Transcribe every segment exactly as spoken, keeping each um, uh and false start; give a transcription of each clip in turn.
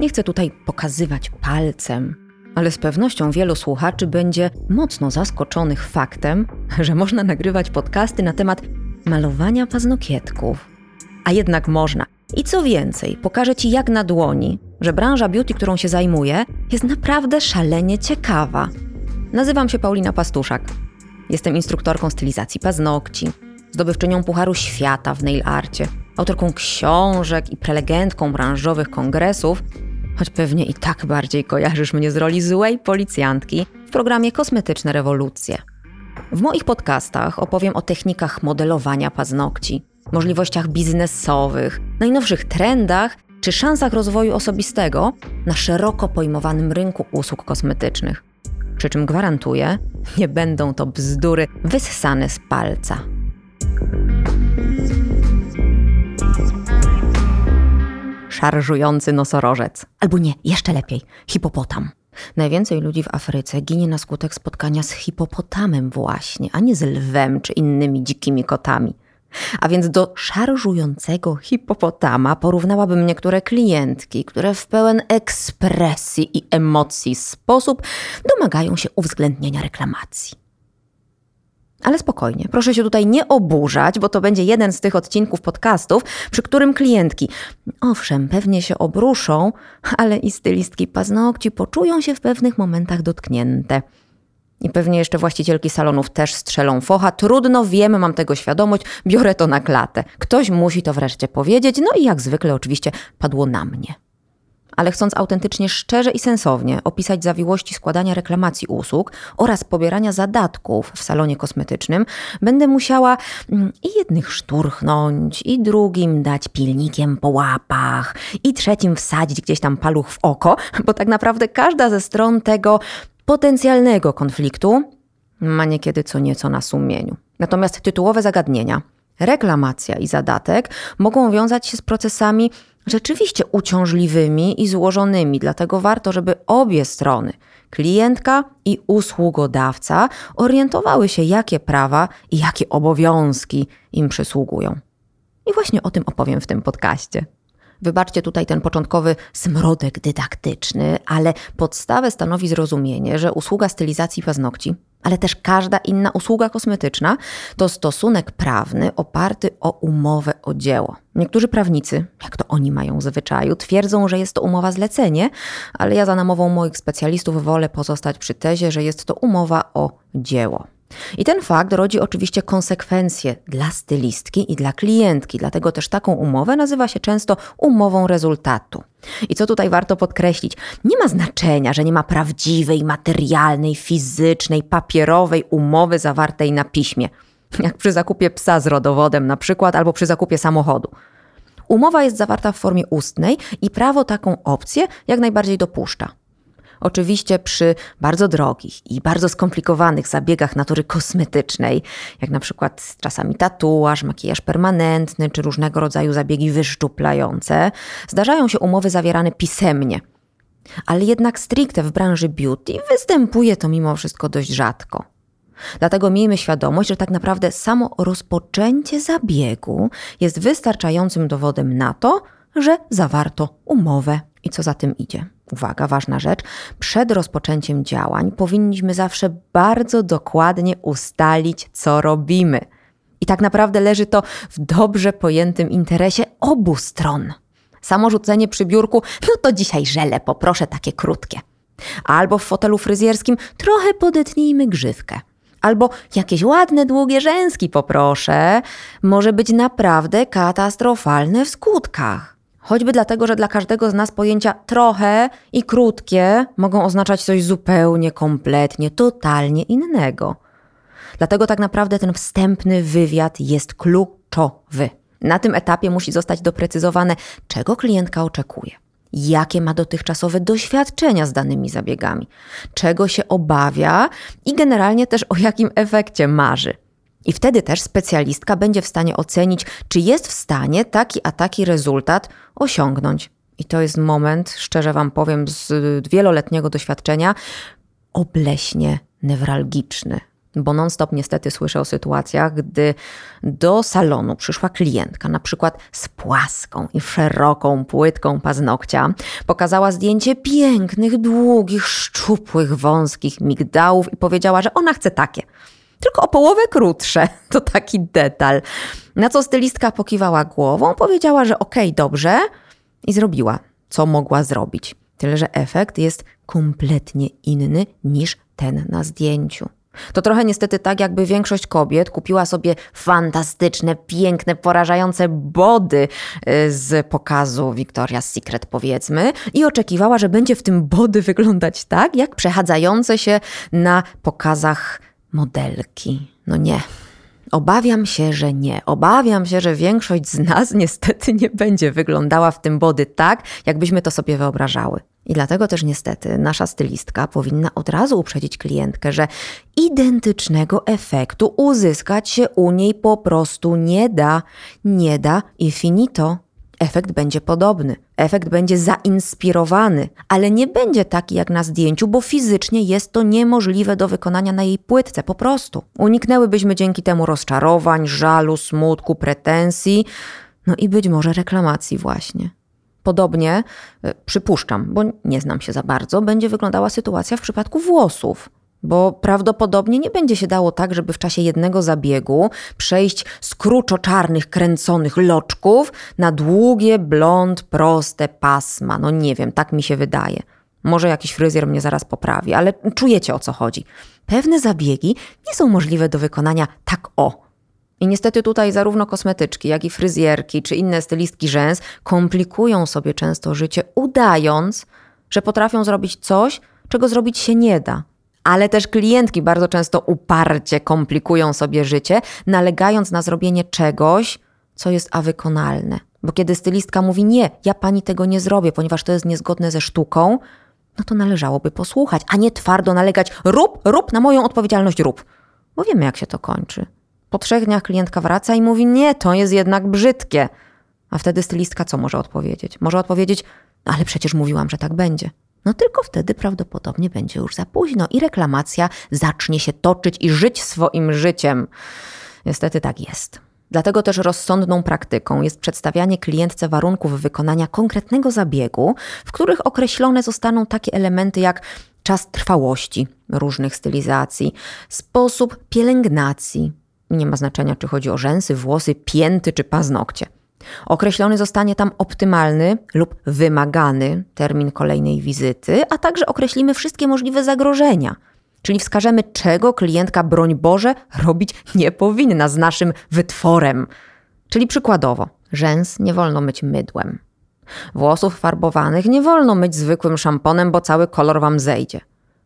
Nie chcę tutaj pokazywać palcem, ale z pewnością wielu słuchaczy będzie mocno zaskoczonych faktem, że można nagrywać podcasty na temat malowania paznokietków. A jednak można. I co więcej, pokażę Ci jak na dłoni, że branża beauty, którą się zajmuję, jest naprawdę szalenie ciekawa. Nazywam się Paulina Pastuszak. Jestem instruktorką stylizacji paznokci, zdobywczynią Pucharu Świata w nail arcie, autorką książek i prelegentką branżowych kongresów, choć pewnie i tak bardziej kojarzysz mnie z roli złej policjantki w programie Kosmetyczne Rewolucje. W moich podcastach opowiem o technikach modelowania paznokci, możliwościach biznesowych, najnowszych trendach czy szansach rozwoju osobistego na szeroko pojmowanym rynku usług kosmetycznych. Przy czym gwarantuję, nie będą to bzdury wyssane z palca. Szarżujący nosorożec. Albo nie, jeszcze lepiej, hipopotam. Najwięcej ludzi w Afryce ginie na skutek spotkania z hipopotamem właśnie, a nie z lwem czy innymi dzikimi kotami. A więc do szarżującego hipopotama porównałabym niektóre klientki, które w pełen ekspresji i emocji sposób domagają się uwzględnienia reklamacji. Ale spokojnie, proszę się tutaj nie oburzać, bo to będzie jeden z tych odcinków podcastów, przy którym klientki, owszem, pewnie się obruszą, ale i stylistki paznokci poczują się w pewnych momentach dotknięte. I pewnie jeszcze właścicielki salonów też strzelą focha. Trudno, wiem, mam tego świadomość, biorę to na klatę. Ktoś musi to wreszcie powiedzieć, no i jak zwykle oczywiście padło na mnie. Ale chcąc autentycznie szczerze i sensownie opisać zawiłości składania reklamacji usług oraz pobierania zadatków w salonie kosmetycznym, będę musiała i jednych szturchnąć, i drugim dać pilnikiem po łapach, i trzecim wsadzić gdzieś tam paluch w oko, bo tak naprawdę każda ze stron tego potencjalnego konfliktu ma niekiedy co nieco na sumieniu. Natomiast tytułowe zagadnienia, reklamacja i zadatek mogą wiązać się z procesami rzeczywiście uciążliwymi i złożonymi, dlatego warto, żeby obie strony, klientka i usługodawca, orientowały się, jakie prawa i jakie obowiązki im przysługują. I właśnie o tym opowiem w tym podcaście. Wybaczcie tutaj ten początkowy smrodek dydaktyczny, ale podstawę stanowi zrozumienie, że usługa stylizacji paznokci, ale też każda inna usługa kosmetyczna, to stosunek prawny oparty o umowę o dzieło. Niektórzy prawnicy, jak to oni mają w zwyczaju, twierdzą, że jest to umowa zlecenie, ale ja za namową moich specjalistów wolę pozostać przy tezie, że jest to umowa o dzieło. I ten fakt rodzi oczywiście konsekwencje dla stylistki i dla klientki, dlatego też taką umowę nazywa się często umową rezultatu. I co tutaj warto podkreślić, nie ma znaczenia, że nie ma prawdziwej, materialnej, fizycznej, papierowej umowy zawartej na piśmie, jak przy zakupie psa z rodowodem na przykład, albo przy zakupie samochodu. Umowa jest zawarta w formie ustnej i prawo taką opcję jak najbardziej dopuszcza. Oczywiście przy bardzo drogich i bardzo skomplikowanych zabiegach natury kosmetycznej, jak na przykład czasami tatuaż, makijaż permanentny czy różnego rodzaju zabiegi wyszczuplające, zdarzają się umowy zawierane pisemnie. Ale jednak stricte w branży beauty występuje to mimo wszystko dość rzadko. Dlatego miejmy świadomość, że tak naprawdę samo rozpoczęcie zabiegu jest wystarczającym dowodem na to, że zawarto umowę. I co za tym idzie? Uwaga, ważna rzecz. Przed rozpoczęciem działań powinniśmy zawsze bardzo dokładnie ustalić, co robimy. I tak naprawdę leży to w dobrze pojętym interesie obu stron. Samo rzucenie przy biurku, no to dzisiaj żele poproszę takie krótkie. Albo w fotelu fryzjerskim trochę podetnijmy grzywkę. Albo jakieś ładne, długie rzęski poproszę, może być naprawdę katastrofalne w skutkach. Choćby dlatego, że dla każdego z nas pojęcia trochę i krótkie mogą oznaczać coś zupełnie, kompletnie, totalnie innego. Dlatego tak naprawdę ten wstępny wywiad jest kluczowy. Na tym etapie musi zostać doprecyzowane, czego klientka oczekuje, jakie ma dotychczasowe doświadczenia z danymi zabiegami, czego się obawia i generalnie też o jakim efekcie marzy. I wtedy też specjalistka będzie w stanie ocenić, czy jest w stanie taki a taki rezultat osiągnąć. I to jest moment, szczerze Wam powiem z wieloletniego doświadczenia, obleśnie newralgiczny. Bo non-stop niestety słyszę o sytuacjach, gdy do salonu przyszła klientka, na przykład z płaską i szeroką płytką paznokcia, pokazała zdjęcie pięknych, długich, szczupłych, wąskich migdałów i powiedziała, że ona chce takie. Tylko o połowę krótsze. To taki detal. Na co stylistka pokiwała głową, powiedziała, że okej, okay, dobrze i zrobiła, co mogła zrobić. Tyle, że efekt jest kompletnie inny niż ten na zdjęciu. To trochę niestety tak, jakby większość kobiet kupiła sobie fantastyczne, piękne, porażające body z pokazu Victoria's Secret, powiedzmy, i oczekiwała, że będzie w tym body wyglądać tak, jak przechadzające się na pokazach modelki. No nie. Obawiam się, że nie. Obawiam się, że większość z nas niestety nie będzie wyglądała w tym body tak, jakbyśmy to sobie wyobrażały. I dlatego też niestety nasza stylistka powinna od razu uprzedzić klientkę, że identycznego efektu uzyskać się u niej po prostu nie da. Nie da i finito. Efekt będzie podobny. Efekt będzie zainspirowany, ale nie będzie taki jak na zdjęciu, bo fizycznie jest to niemożliwe do wykonania na jej płytce, po prostu. Uniknęłybyśmy dzięki temu rozczarowań, żalu, smutku, pretensji, no i być może reklamacji właśnie. Podobnie, przypuszczam, bo nie znam się za bardzo, będzie wyglądała sytuacja w przypadku włosów. Bo prawdopodobnie nie będzie się dało tak, żeby w czasie jednego zabiegu przejść z kruczo-czarnych, kręconych loczków na długie, blond, proste pasma. No nie wiem, tak mi się wydaje. Może jakiś fryzjer mnie zaraz poprawi, ale czujecie, o co chodzi. Pewne zabiegi nie są możliwe do wykonania tak o. I niestety tutaj zarówno kosmetyczki, jak i fryzjerki czy inne stylistki rzęs komplikują sobie często życie, udając, że potrafią zrobić coś, czego zrobić się nie da. Ale też klientki bardzo często uparcie komplikują sobie życie, nalegając na zrobienie czegoś, co jest awykonalne. Bo kiedy stylistka mówi nie, ja pani tego nie zrobię, ponieważ to jest niezgodne ze sztuką, no to należałoby posłuchać, a nie twardo nalegać rób, rób, na moją odpowiedzialność rób. Bo wiemy, jak się to kończy. Po trzech dniach klientka wraca i mówi nie, to jest jednak brzydkie. A wtedy stylistka co może odpowiedzieć? Może odpowiedzieć, no ale przecież mówiłam, że tak będzie. No tylko wtedy prawdopodobnie będzie już za późno i reklamacja zacznie się toczyć i żyć swoim życiem. Niestety tak jest. Dlatego też rozsądną praktyką jest przedstawianie klientce warunków wykonania konkretnego zabiegu, w których określone zostaną takie elementy jak czas trwałości różnych stylizacji, sposób pielęgnacji. Nie ma znaczenia, czy chodzi o rzęsy, włosy, pięty czy paznokcie. Określony zostanie tam optymalny lub wymagany termin kolejnej wizyty, a także określimy wszystkie możliwe zagrożenia. Czyli wskażemy, czego klientka, broń Boże, robić nie powinna z naszym wytworem. Czyli przykładowo, rzęs nie wolno myć mydłem. Włosów farbowanych nie wolno myć zwykłym szamponem, bo cały kolor wam zejdzie.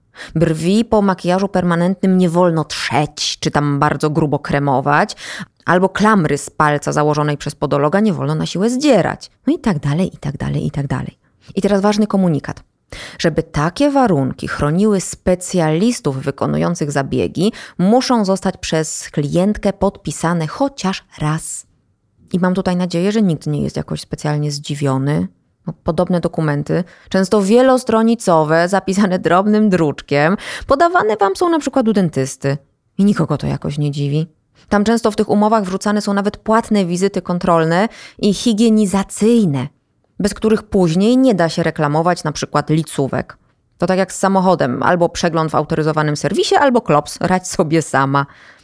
Brwi po makijażu permanentnym nie wolno trzeć, czy tam bardzo grubo kremować, albo klamry z palca założonej przez podologa nie wolno na siłę zdzierać. No i tak dalej, i tak dalej, i tak dalej. I teraz ważny komunikat. Żeby takie warunki chroniły specjalistów wykonujących zabiegi, muszą zostać przez klientkę podpisane chociaż raz. I mam tutaj nadzieję, że nikt nie jest jakoś specjalnie zdziwiony. Podobne dokumenty, często wielostronicowe, zapisane drobnym druczkiem, podawane wam są na przykład u dentysty. I nikogo to jakoś nie dziwi. Tam często w tych umowach wrzucane są nawet płatne wizyty kontrolne i higienizacyjne, bez których później nie da się reklamować na przykład licówek. To tak jak z samochodem, albo przegląd w autoryzowanym serwisie, albo klops, radź sobie sama.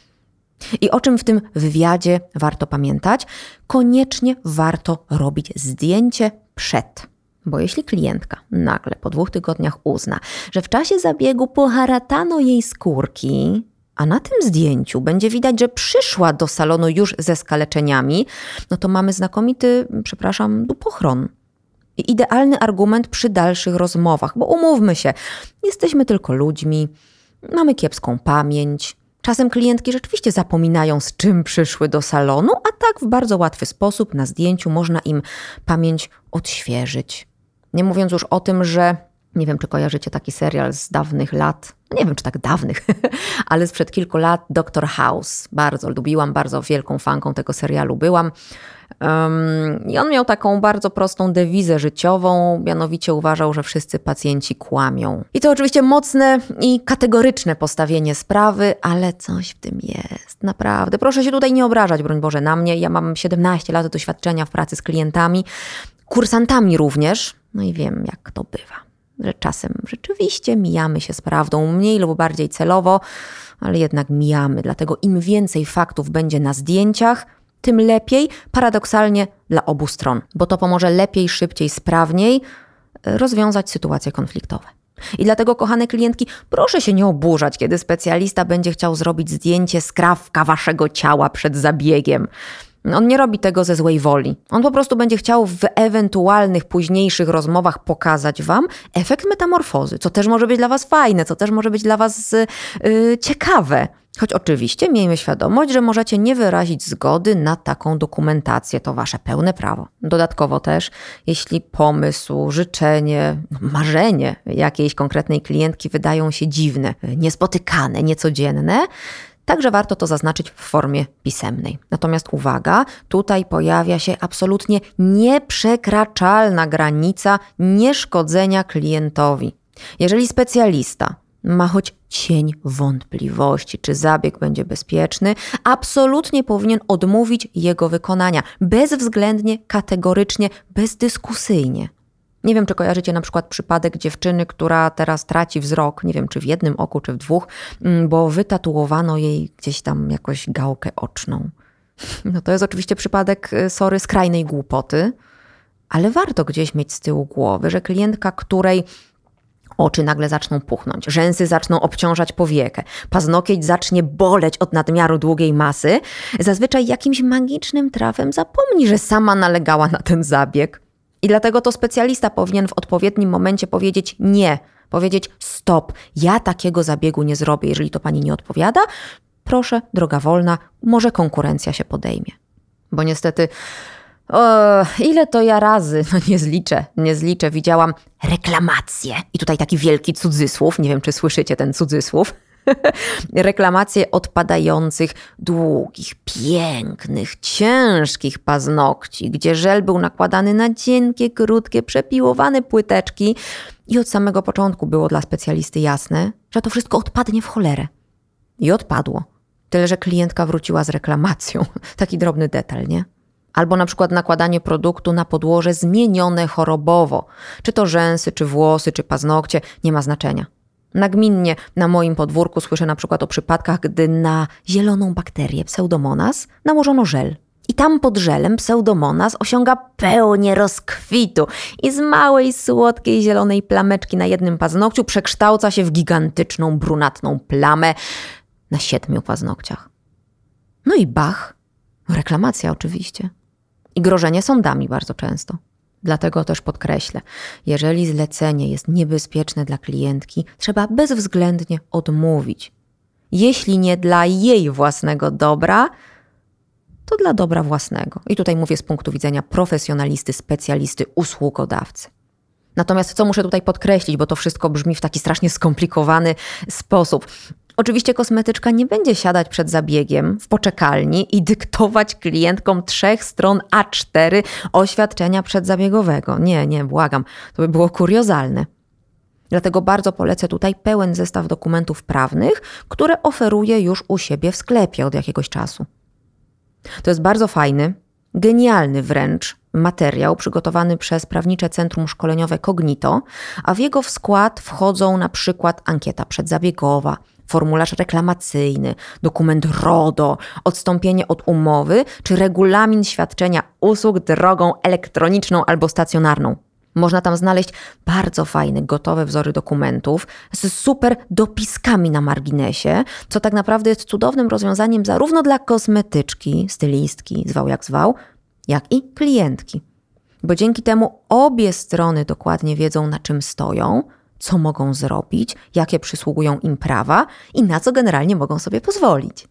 I o czym w tym wywiadzie warto pamiętać? Koniecznie warto robić zdjęcie przed. Bo jeśli klientka nagle po dwóch tygodniach uzna, że w czasie zabiegu poharatano jej skórki, a na tym zdjęciu będzie widać, że przyszła do salonu już ze skaleczeniami, no to mamy znakomity, przepraszam, dupochron. I idealny argument przy dalszych rozmowach, bo umówmy się, jesteśmy tylko ludźmi, mamy kiepską pamięć. Czasem klientki rzeczywiście zapominają, z czym przyszły do salonu, a tak w bardzo łatwy sposób na zdjęciu można im pamięć odświeżyć. Nie mówiąc już o tym, że nie wiem, czy kojarzycie taki serial z dawnych lat, nie wiem czy tak dawnych, ale sprzed kilku lat doktor House. Bardzo lubiłam, bardzo wielką fanką tego serialu byłam. Um, I on miał taką bardzo prostą dewizę życiową, mianowicie uważał, że wszyscy pacjenci kłamią. I to oczywiście mocne i kategoryczne postawienie sprawy, ale coś w tym jest, naprawdę. Proszę się tutaj nie obrażać, broń Boże, na mnie. Ja mam siedemnaście lat doświadczenia w pracy z klientami, kursantami również, no i wiem jak to bywa, że czasem rzeczywiście mijamy się z prawdą, mniej lub bardziej celowo, ale jednak mijamy, dlatego im więcej faktów będzie na zdjęciach, tym lepiej, paradoksalnie dla obu stron, bo to pomoże lepiej, szybciej, sprawniej rozwiązać sytuacje konfliktowe. I dlatego, kochane klientki, proszę się nie oburzać, kiedy specjalista będzie chciał zrobić zdjęcie skrawka waszego ciała przed zabiegiem. On nie robi tego ze złej woli. On po prostu będzie chciał w ewentualnych późniejszych rozmowach pokazać wam efekt metamorfozy, co też może być dla was fajne, co też może być dla was yy, ciekawe. Choć oczywiście miejmy świadomość, że możecie nie wyrazić zgody na taką dokumentację. To wasze pełne prawo. Dodatkowo też, jeśli pomysł, życzenie, marzenie jakiejś konkretnej klientki wydają się dziwne, niespotykane, niecodzienne, także warto to zaznaczyć w formie pisemnej. Natomiast uwaga, tutaj pojawia się absolutnie nieprzekraczalna granica nieszkodzenia klientowi. Jeżeli specjalista ma choć cień wątpliwości, czy zabieg będzie bezpieczny, absolutnie powinien odmówić jego wykonania. Bezwzględnie, kategorycznie, bezdyskusyjnie. Nie wiem, czy kojarzycie na przykład przypadek dziewczyny, która teraz traci wzrok, nie wiem, czy w jednym oku, czy w dwóch, bo wytatuowano jej gdzieś tam jakoś gałkę oczną. No to jest oczywiście przypadek, sorry, skrajnej głupoty, ale warto gdzieś mieć z tyłu głowy, że klientka, której oczy nagle zaczną puchnąć, rzęsy zaczną obciążać powiekę, paznokieć zacznie boleć od nadmiaru długiej masy, zazwyczaj jakimś magicznym trafem zapomni, że sama nalegała na ten zabieg. I dlatego to specjalista powinien w odpowiednim momencie powiedzieć nie, powiedzieć stop, ja takiego zabiegu nie zrobię, jeżeli to pani nie odpowiada, proszę, droga wolna, może konkurencja się podejmie. Bo niestety, o, ile to ja razy, no nie zliczę, nie zliczę, widziałam reklamacje. I tutaj taki wielki cudzysłów, nie wiem czy słyszycie ten cudzysłów. Reklamacje odpadających, długich, pięknych, ciężkich paznokci, gdzie żel był nakładany na cienkie, krótkie, przepiłowane płyteczki i od samego początku było dla specjalisty jasne, że to wszystko odpadnie w cholerę. I odpadło. Tyle, że klientka wróciła z reklamacją. Taki drobny detal, nie? Albo na przykład nakładanie produktu na podłoże zmienione chorobowo. Czy to rzęsy, czy włosy, czy paznokcie, nie ma znaczenia. Nagminnie na moim podwórku słyszę na przykład o przypadkach, gdy na zieloną bakterię Pseudomonas nałożono żel. I tam pod żelem Pseudomonas osiąga pełnię rozkwitu i z małej, słodkiej, zielonej plameczki na jednym paznokciu przekształca się w gigantyczną, brunatną plamę na siedmiu paznokciach. No i bach, reklamacja oczywiście. I grożenie sądami bardzo często. Dlatego też podkreślę, jeżeli zlecenie jest niebezpieczne dla klientki, trzeba bezwzględnie odmówić. Jeśli nie dla jej własnego dobra, to dla dobra własnego. I tutaj mówię z punktu widzenia profesjonalisty, specjalisty, usługodawcy. Natomiast co muszę tutaj podkreślić, bo to wszystko brzmi w taki strasznie skomplikowany sposób. Oczywiście kosmetyczka nie będzie siadać przed zabiegiem w poczekalni i dyktować klientkom trzech stron A cztery oświadczenia przedzabiegowego. Nie, nie, błagam, to by było kuriozalne. Dlatego bardzo polecę tutaj pełen zestaw dokumentów prawnych, które oferuję już u siebie w sklepie od jakiegoś czasu. To jest bardzo fajny, genialny wręcz materiał przygotowany przez prawnicze centrum szkoleniowe Cognito, a w jego w skład wchodzą na przykład ankieta przedzabiegowa, formularz reklamacyjny, dokument RODO, odstąpienie od umowy czy regulamin świadczenia usług drogą elektroniczną albo stacjonarną. Można tam znaleźć bardzo fajne, gotowe wzory dokumentów z super dopiskami na marginesie, co tak naprawdę jest cudownym rozwiązaniem zarówno dla kosmetyczki, stylistki, zwał jak zwał, jak i klientki. Bo dzięki temu obie strony dokładnie wiedzą, na czym stoją, co mogą zrobić, jakie przysługują im prawa i na co generalnie mogą sobie pozwolić.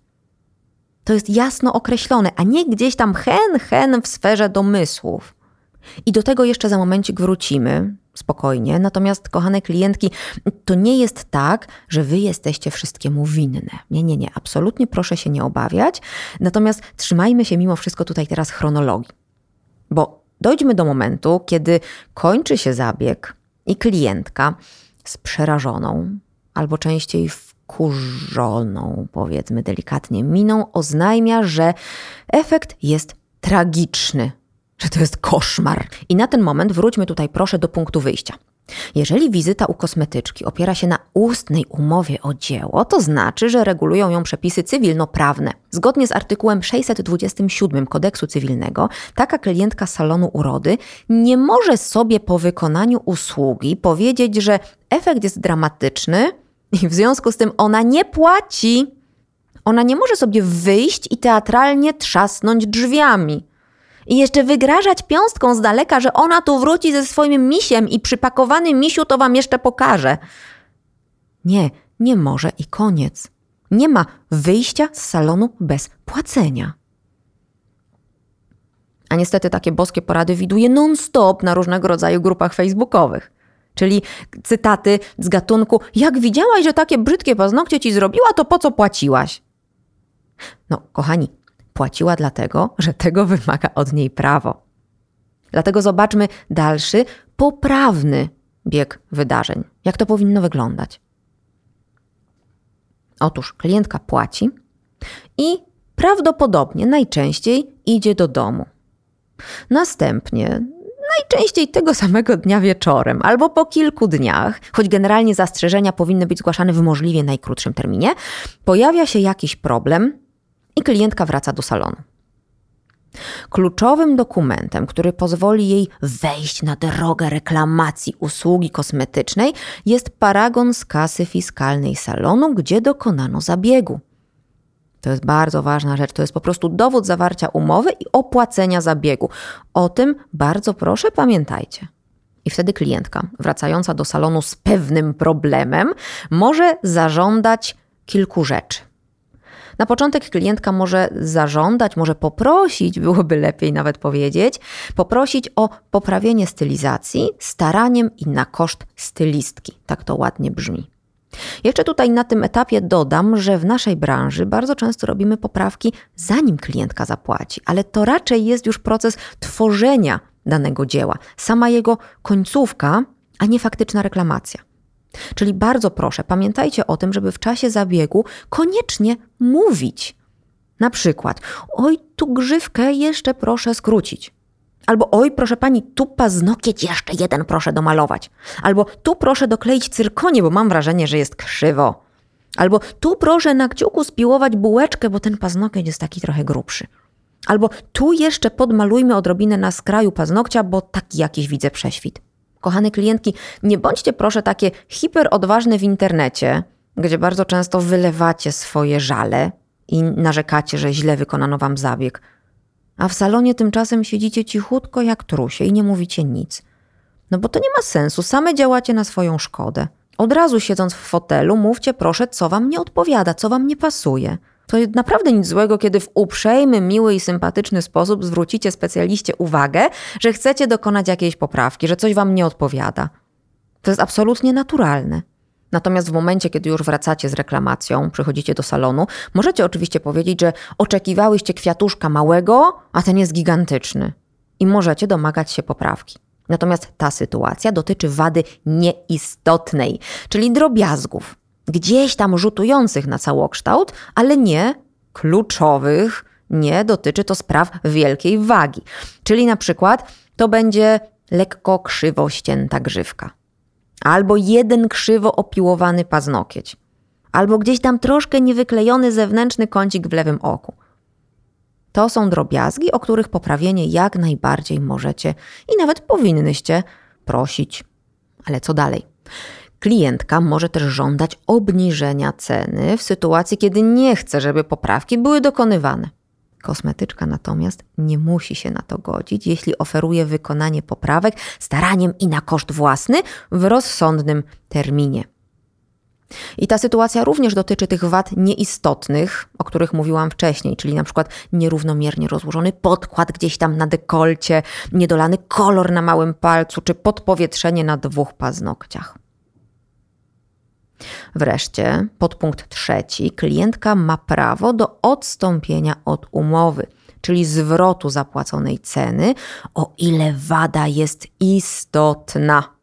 To jest jasno określone, a nie gdzieś tam hen, hen w sferze domysłów. I do tego jeszcze za momencik wrócimy, spokojnie. Natomiast, kochane klientki, to nie jest tak, że wy jesteście wszystkiemu winne. Nie, nie, nie. Absolutnie proszę się nie obawiać. Natomiast trzymajmy się mimo wszystko tutaj teraz chronologii. Bo dojdźmy do momentu, kiedy kończy się zabieg i klientka z przerażoną, albo częściej wkurzoną, powiedzmy delikatnie, miną oznajmia, że efekt jest tragiczny, że to jest koszmar. I na ten moment wróćmy tutaj proszę do punktu wyjścia. Jeżeli wizyta u kosmetyczki opiera się na ustnej umowie o dzieło, to znaczy, że regulują ją przepisy cywilnoprawne. Zgodnie z artykułem sześćset dwudziestym siódmym Kodeksu Cywilnego, taka klientka salonu urody nie może sobie po wykonaniu usługi powiedzieć, że efekt jest dramatyczny i w związku z tym ona nie płaci. Ona nie może sobie wyjść i teatralnie trzasnąć drzwiami. I jeszcze wygrażać piąstką z daleka, że ona tu wróci ze swoim misiem i przypakowany misiu to wam jeszcze pokaże. Nie, nie może i koniec. Nie ma wyjścia z salonu bez płacenia. A niestety takie boskie porady widuję non-stop na różnego rodzaju grupach facebookowych. Czyli cytaty z gatunku: jak widziałaś, że takie brzydkie paznokcie ci zrobiła, to po co płaciłaś? No, kochani, płaciła dlatego, że tego wymaga od niej prawo. Dlatego zobaczmy dalszy, poprawny bieg wydarzeń. Jak to powinno wyglądać? Otóż klientka płaci i prawdopodobnie najczęściej idzie do domu. Następnie, najczęściej tego samego dnia wieczorem albo po kilku dniach, choć generalnie zastrzeżenia powinny być zgłaszane w możliwie najkrótszym terminie, pojawia się jakiś problem i klientka wraca do salonu. Kluczowym dokumentem, który pozwoli jej wejść na drogę reklamacji usługi kosmetycznej, jest paragon z kasy fiskalnej salonu, gdzie dokonano zabiegu. To jest bardzo ważna rzecz. To jest po prostu dowód zawarcia umowy i opłacenia zabiegu. O tym bardzo proszę pamiętajcie. I wtedy klientka, wracająca do salonu z pewnym problemem, może zażądać kilku rzeczy. Na początek klientka może zażądać, może poprosić, byłoby lepiej nawet powiedzieć, poprosić o poprawienie stylizacji staraniem i na koszt stylistki. Tak to ładnie brzmi. Jeszcze tutaj na tym etapie dodam, że w naszej branży bardzo często robimy poprawki, zanim klientka zapłaci, ale to raczej jest już proces tworzenia danego dzieła, sama jego końcówka, a nie faktyczna reklamacja. Czyli bardzo proszę, pamiętajcie o tym, żeby w czasie zabiegu koniecznie mówić. Na przykład: oj, tu grzywkę jeszcze proszę skrócić. Albo: oj, proszę pani, tu paznokieć jeszcze jeden proszę domalować. Albo: tu proszę dokleić cyrkonię, bo mam wrażenie, że jest krzywo. Albo: tu proszę na kciuku spiłować bułeczkę, bo ten paznokieć jest taki trochę grubszy. Albo: tu jeszcze podmalujmy odrobinę na skraju paznokcia, bo taki jakiś widzę prześwit. Kochane klientki, nie bądźcie proszę takie hiperodważne w internecie, gdzie bardzo często wylewacie swoje żale i narzekacie, że źle wykonano wam zabieg. A w salonie tymczasem siedzicie cichutko jak trusie i nie mówicie nic. No bo to nie ma sensu, same działacie na swoją szkodę. Od razu siedząc w fotelu mówcie proszę, co wam nie odpowiada, co wam nie pasuje. To naprawdę nic złego, kiedy w uprzejmy, miły i sympatyczny sposób zwrócicie specjaliście uwagę, że chcecie dokonać jakiejś poprawki, że coś wam nie odpowiada. To jest absolutnie naturalne. Natomiast w momencie, kiedy już wracacie z reklamacją, przychodzicie do salonu, możecie oczywiście powiedzieć, że oczekiwałyście kwiatuszka małego, a ten jest gigantyczny. I możecie domagać się poprawki. Natomiast ta sytuacja dotyczy wady nieistotnej, czyli drobiazgów. Gdzieś tam rzutujących na całokształt, ale nie kluczowych, nie dotyczy to spraw wielkiej wagi. Czyli na przykład to będzie lekko krzywo ścięta grzywka, albo jeden krzywo opiłowany paznokieć, albo gdzieś tam troszkę niewyklejony zewnętrzny kącik w lewym oku. To są drobiazgi, o których poprawienie jak najbardziej możecie i nawet powinnyście prosić. Ale co dalej? Klientka może też żądać obniżenia ceny w sytuacji, kiedy nie chce, żeby poprawki były dokonywane. Kosmetyczka natomiast nie musi się na to godzić, jeśli oferuje wykonanie poprawek staraniem i na koszt własny w rozsądnym terminie. I ta sytuacja również dotyczy tych wad nieistotnych, o których mówiłam wcześniej, czyli na przykład nierównomiernie rozłożony podkład gdzieś tam na dekolcie, niedolany kolor na małym palcu, czy podpowietrzenie na dwóch paznokciach. Wreszcie, podpunkt trzeci, klientka ma prawo do odstąpienia od umowy, czyli zwrotu zapłaconej ceny, o ile wada jest istotna.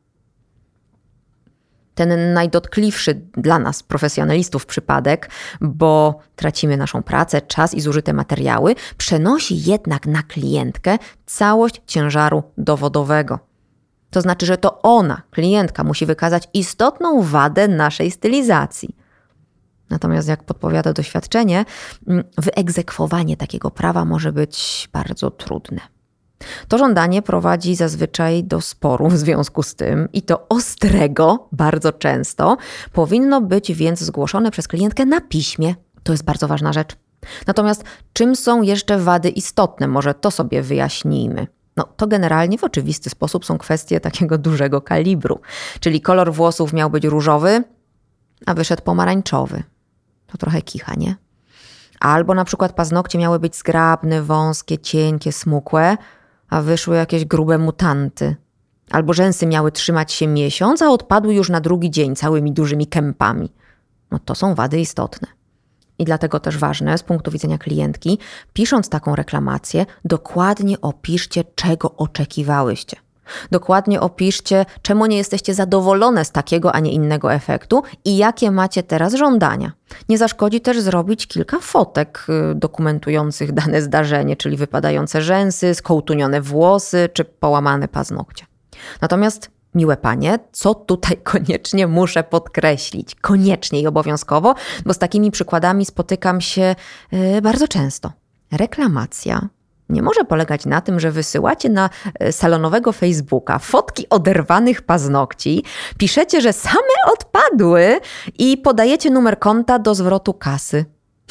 Ten najdotkliwszy dla nas, profesjonalistów, przypadek, bo tracimy naszą pracę, czas i zużyte materiały, przenosi jednak na klientkę całość ciężaru dowodowego. To znaczy, że to ona, klientka, musi wykazać istotną wadę naszej stylizacji. Natomiast jak podpowiada doświadczenie, wyegzekwowanie takiego prawa może być bardzo trudne. To żądanie prowadzi zazwyczaj do sporu w związku z tym i to ostrego, bardzo często, powinno być więc zgłoszone przez klientkę na piśmie. To jest bardzo ważna rzecz. Natomiast czym są jeszcze wady istotne? Może to sobie wyjaśnijmy. No to generalnie w oczywisty sposób są kwestie takiego dużego kalibru. Czyli kolor włosów miał być różowy, a wyszedł pomarańczowy. To trochę kicha, nie? Albo na przykład paznokcie miały być zgrabne, wąskie, cienkie, smukłe, a wyszły jakieś grube mutanty. Albo rzęsy miały trzymać się miesiąc, a odpadły już na drugi dzień całymi dużymi kępami. No to są wady istotne. I dlatego też ważne z punktu widzenia klientki, pisząc taką reklamację, dokładnie opiszcie, czego oczekiwałyście. Dokładnie opiszcie, czemu nie jesteście zadowolone z takiego, a nie innego efektu i jakie macie teraz żądania. Nie zaszkodzi też zrobić kilka fotek dokumentujących dane zdarzenie, czyli wypadające rzęsy, skołtunione włosy czy połamane paznokcie. Natomiast, miłe panie, co tutaj koniecznie muszę podkreślić, koniecznie i obowiązkowo, bo z takimi przykładami spotykam się yy, bardzo często. Reklamacja nie może polegać na tym, że wysyłacie na salonowego Facebooka fotki oderwanych paznokci, piszecie, że same odpadły i podajecie numer konta do zwrotu kasy.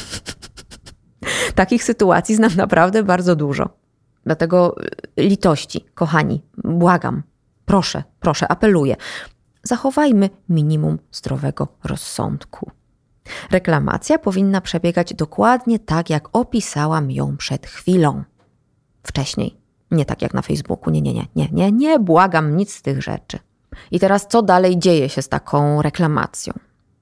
Takich sytuacji znam naprawdę bardzo dużo. Dlatego litości, kochani, błagam, proszę, proszę, apeluję. Zachowajmy minimum zdrowego rozsądku. Reklamacja powinna przebiegać dokładnie tak, jak opisałam ją przed chwilą. Wcześniej. Nie tak jak na Facebooku. Nie, nie, nie, nie, nie, nie, błagam, nic z tych rzeczy. I teraz co dalej dzieje się z taką reklamacją?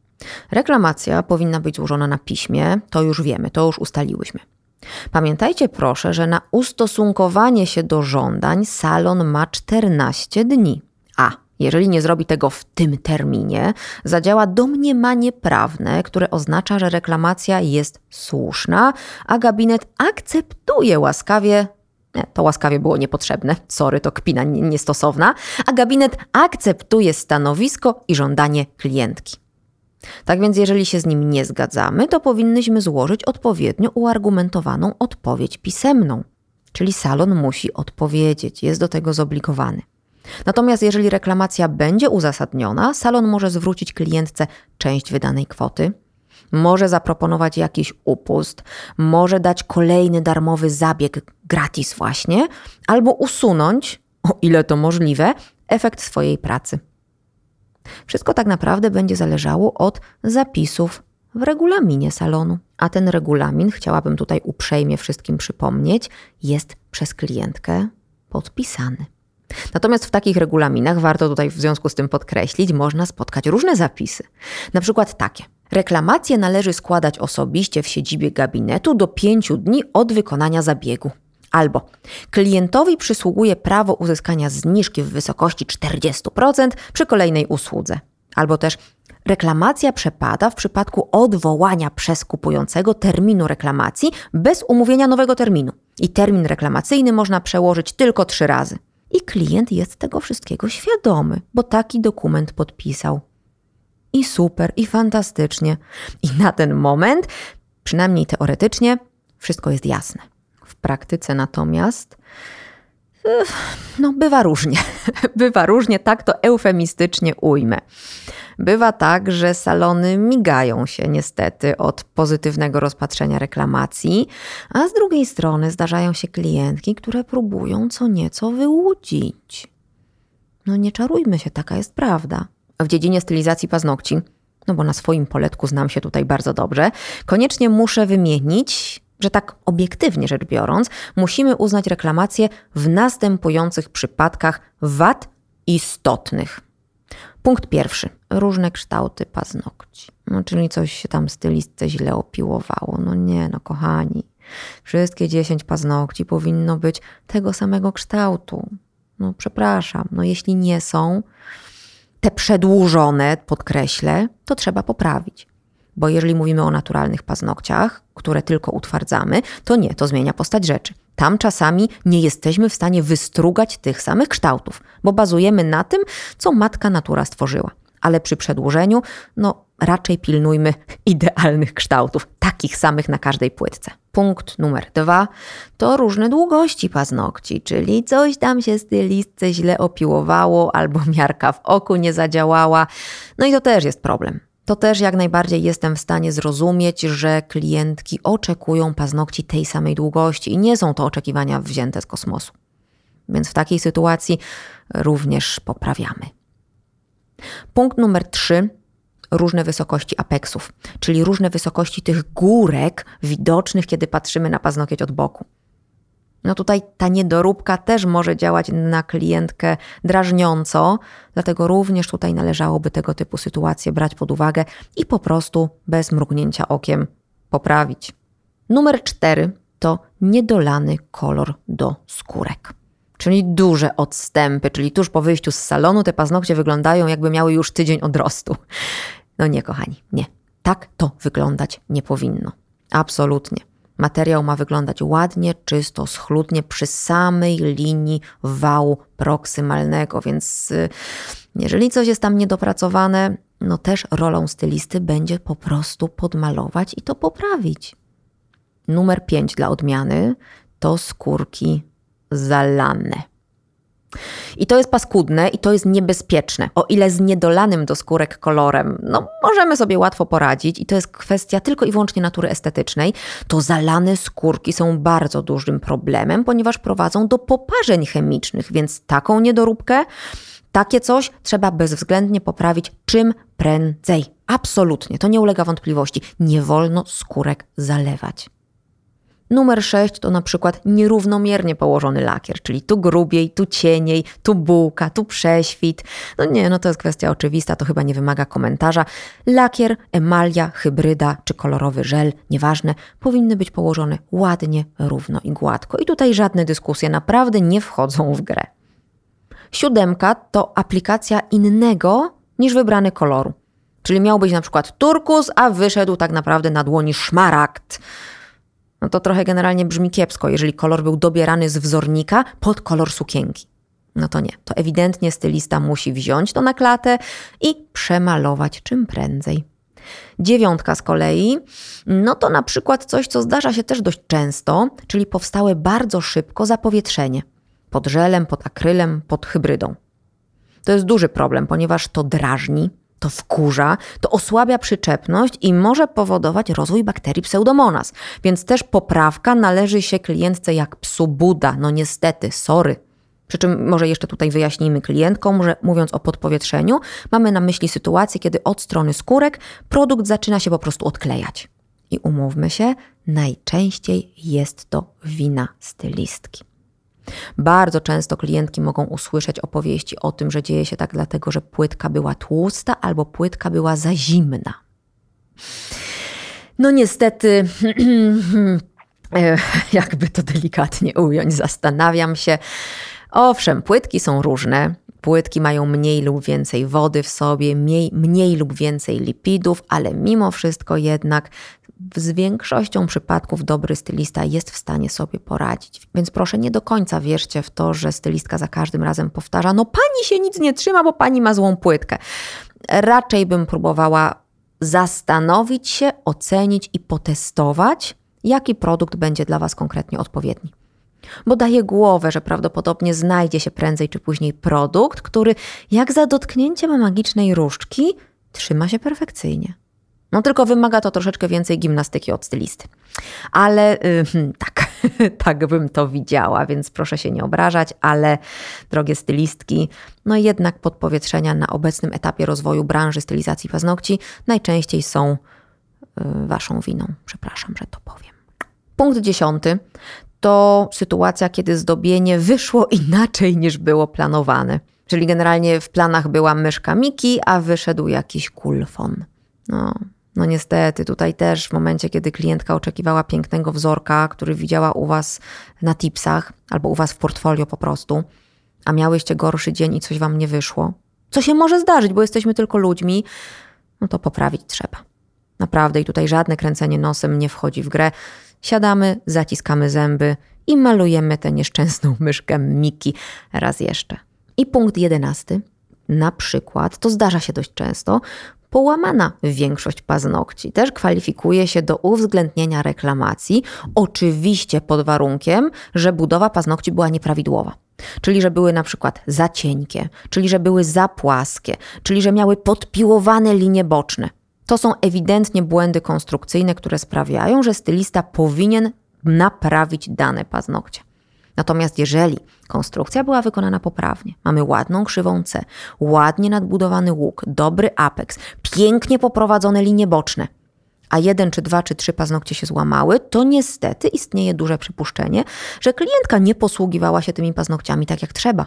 Reklamacja powinna być złożona na piśmie, to już wiemy, to już ustaliłyśmy. Pamiętajcie proszę, że na ustosunkowanie się do żądań salon ma czternaście dni. A jeżeli nie zrobi tego w tym terminie, zadziała domniemanie prawne, które oznacza, że reklamacja jest słuszna, a gabinet akceptuje łaskawie, nie, to łaskawie było niepotrzebne, sorry, to kpina niestosowna, a gabinet akceptuje stanowisko i żądanie klientki. Tak więc jeżeli się z nim nie zgadzamy, to powinnyśmy złożyć odpowiednio uargumentowaną odpowiedź pisemną, czyli salon musi odpowiedzieć, jest do tego zobligowany. Natomiast jeżeli reklamacja będzie uzasadniona, salon może zwrócić klientce część wydanej kwoty, może zaproponować jakiś upust, może dać kolejny darmowy zabieg gratis właśnie, albo usunąć, o ile to możliwe, efekt swojej pracy. Wszystko tak naprawdę będzie zależało od zapisów w regulaminie salonu. A ten regulamin, chciałabym tutaj uprzejmie wszystkim przypomnieć, jest przez klientkę podpisany. Natomiast w takich regulaminach, warto tutaj w związku z tym podkreślić, można spotkać różne zapisy. Na przykład takie. Reklamację należy składać osobiście w siedzibie gabinetu do pięciu dni od wykonania zabiegu. Albo klientowi przysługuje prawo uzyskania zniżki w wysokości czterdzieści procent przy kolejnej usłudze. Albo też reklamacja przepada w przypadku odwołania przez kupującego terminu reklamacji bez umówienia nowego terminu. I termin reklamacyjny można przełożyć tylko trzy razy. I klient jest tego wszystkiego świadomy, bo taki dokument podpisał. I super, i fantastycznie. I na ten moment, przynajmniej teoretycznie, wszystko jest jasne. W praktyce natomiast, no bywa różnie. Bywa różnie, tak to eufemistycznie ujmę. Bywa tak, że salony migają się niestety od pozytywnego rozpatrzenia reklamacji, a z drugiej strony zdarzają się klientki, które próbują co nieco wyłudzić. No nie czarujmy się, taka jest prawda. W dziedzinie stylizacji paznokci no bo na swoim poletku znam się tutaj bardzo dobrze, koniecznie muszę wymienić, że tak obiektywnie rzecz biorąc, musimy uznać reklamację w następujących przypadkach wad istotnych. Punkt pierwszy. Różne kształty paznokci. No, czyli coś się tam stylistce źle opiłowało. No nie, no kochani. Wszystkie dziesięć paznokci powinno być tego samego kształtu. No przepraszam, no jeśli nie są te przedłużone, podkreślę, to trzeba poprawić. Bo jeżeli mówimy o naturalnych paznokciach, które tylko utwardzamy, to nie, to zmienia postać rzeczy. Tam czasami nie jesteśmy w stanie wystrugać tych samych kształtów, bo bazujemy na tym, co matka natura stworzyła. Ale przy przedłużeniu, no raczej pilnujmy idealnych kształtów, takich samych na każdej płytce. Punkt numer dwa to różne długości paznokci, czyli coś tam się stylistce źle opiłowało albo miarka w oku nie zadziałała. No i to też jest problem. To też jak najbardziej jestem w stanie zrozumieć, że klientki oczekują paznokci tej samej długości i nie są to oczekiwania wzięte z kosmosu. Więc w takiej sytuacji również poprawiamy. Punkt numer trzy. Różne wysokości apeksów, czyli różne wysokości tych górek widocznych, kiedy patrzymy na paznokieć od boku. No tutaj ta niedoróbka też może działać na klientkę drażniąco, dlatego również tutaj należałoby tego typu sytuacje brać pod uwagę i po prostu bez mrugnięcia okiem poprawić. Numer cztery to niedolany kolor do skórek. Czyli duże odstępy, czyli tuż po wyjściu z salonu te paznokcie wyglądają, jakby miały już tydzień odrostu. No nie, kochani, nie. Tak to wyglądać nie powinno. Absolutnie. Materiał ma wyglądać ładnie, czysto, schludnie przy samej linii wału proksymalnego, więc jeżeli coś jest tam niedopracowane, no też rolą stylisty będzie po prostu podmalować i to poprawić. Numer pięć dla odmiany to skórki zalane. I to jest paskudne i to jest niebezpieczne. O ile z niedolanym do skórek kolorem, no możemy sobie łatwo poradzić i to jest kwestia tylko i wyłącznie natury estetycznej, to zalane skórki są bardzo dużym problemem, ponieważ prowadzą do poparzeń chemicznych, więc taką niedoróbkę, takie coś trzeba bezwzględnie poprawić czym prędzej. Absolutnie, to nie ulega wątpliwości. Nie wolno skórek zalewać. Numer sześć to na przykład nierównomiernie położony lakier, czyli tu grubiej, tu cieniej, tu bułka, tu prześwit. No nie, no to jest kwestia oczywista, to chyba nie wymaga komentarza. Lakier, emalia, hybryda czy kolorowy żel, nieważne, powinny być położone ładnie, równo i gładko. I tutaj żadne dyskusje naprawdę nie wchodzą w grę. Siódemka to aplikacja innego niż wybrany koloru. Czyli miał być na przykład turkus, a wyszedł tak naprawdę na dłoni szmaragd. No to trochę generalnie brzmi kiepsko, jeżeli kolor był dobierany z wzornika pod kolor sukienki. No to nie, to ewidentnie stylista musi wziąć to na klatę i przemalować czym prędzej. Dziewiątka z kolei, no to na przykład coś, co zdarza się też dość często, czyli powstałe bardzo szybko zapowietrzenie. Pod żelem, pod akrylem, pod hybrydą. To jest duży problem, ponieważ to drażni, to wkurza, to osłabia przyczepność i może powodować rozwój bakterii Pseudomonas. Więc też poprawka należy się klientce jak psu Buda. No niestety, sorry. Przy czym może jeszcze tutaj wyjaśnijmy klientkom, że mówiąc o podpowietrzeniu, mamy na myśli sytuację, kiedy od strony skórek produkt zaczyna się po prostu odklejać. I umówmy się, najczęściej jest to wina stylistki. Bardzo często klientki mogą usłyszeć opowieści o tym, że dzieje się tak dlatego, że płytka była tłusta albo płytka była za zimna. No niestety, jakby to delikatnie ująć, zastanawiam się. Owszem, płytki są różne. Płytki mają mniej lub więcej wody w sobie, mniej, mniej lub więcej lipidów, ale mimo wszystko jednak z większością przypadków dobry stylista jest w stanie sobie poradzić. Więc proszę, nie do końca wierzcie w to, że stylistka za każdym razem powtarza: no pani się nic nie trzyma, bo pani ma złą płytkę. Raczej bym próbowała zastanowić się, ocenić i potestować, jaki produkt będzie dla was konkretnie odpowiedni. Bo daje głowę, że prawdopodobnie znajdzie się prędzej czy później produkt, który jak za dotknięciem magicznej różdżki trzyma się perfekcyjnie. No tylko wymaga to troszeczkę więcej gimnastyki od stylisty. Ale yy, tak, tak bym to widziała, więc proszę się nie obrażać, ale drogie stylistki, no jednak podpowietrzenia na obecnym etapie rozwoju branży stylizacji paznokci najczęściej są yy, waszą winą. Przepraszam, że to powiem. Punkt dziesiąty to sytuacja, kiedy zdobienie wyszło inaczej niż było planowane. Czyli generalnie w planach była myszka Miki, a wyszedł jakiś kulfon. No... No niestety, tutaj też w momencie, kiedy klientka oczekiwała pięknego wzorka, który widziała u was na tipsach albo u was w portfolio po prostu, a miałyście gorszy dzień i coś wam nie wyszło, co się może zdarzyć, bo jesteśmy tylko ludźmi, no to poprawić trzeba. Naprawdę i tutaj żadne kręcenie nosem nie wchodzi w grę. Siadamy, zaciskamy zęby i malujemy tę nieszczęsną myszkę Miki raz jeszcze. I punkt jedenasty, na przykład, to zdarza się dość często, połamana większość paznokci też kwalifikuje się do uwzględnienia reklamacji, oczywiście pod warunkiem, że budowa paznokci była nieprawidłowa. Czyli, że były na przykład za cienkie, czyli, że były za płaskie, czyli, że miały podpiłowane linie boczne. To są ewidentnie błędy konstrukcyjne, które sprawiają, że stylista powinien naprawić dane paznokcie. Natomiast jeżeli konstrukcja była wykonana poprawnie, mamy ładną krzywą C, ładnie nadbudowany łuk, dobry apeks, pięknie poprowadzone linie boczne, a jeden, czy dwa, czy trzy paznokcie się złamały, to niestety istnieje duże przypuszczenie, że klientka nie posługiwała się tymi paznokciami tak jak trzeba.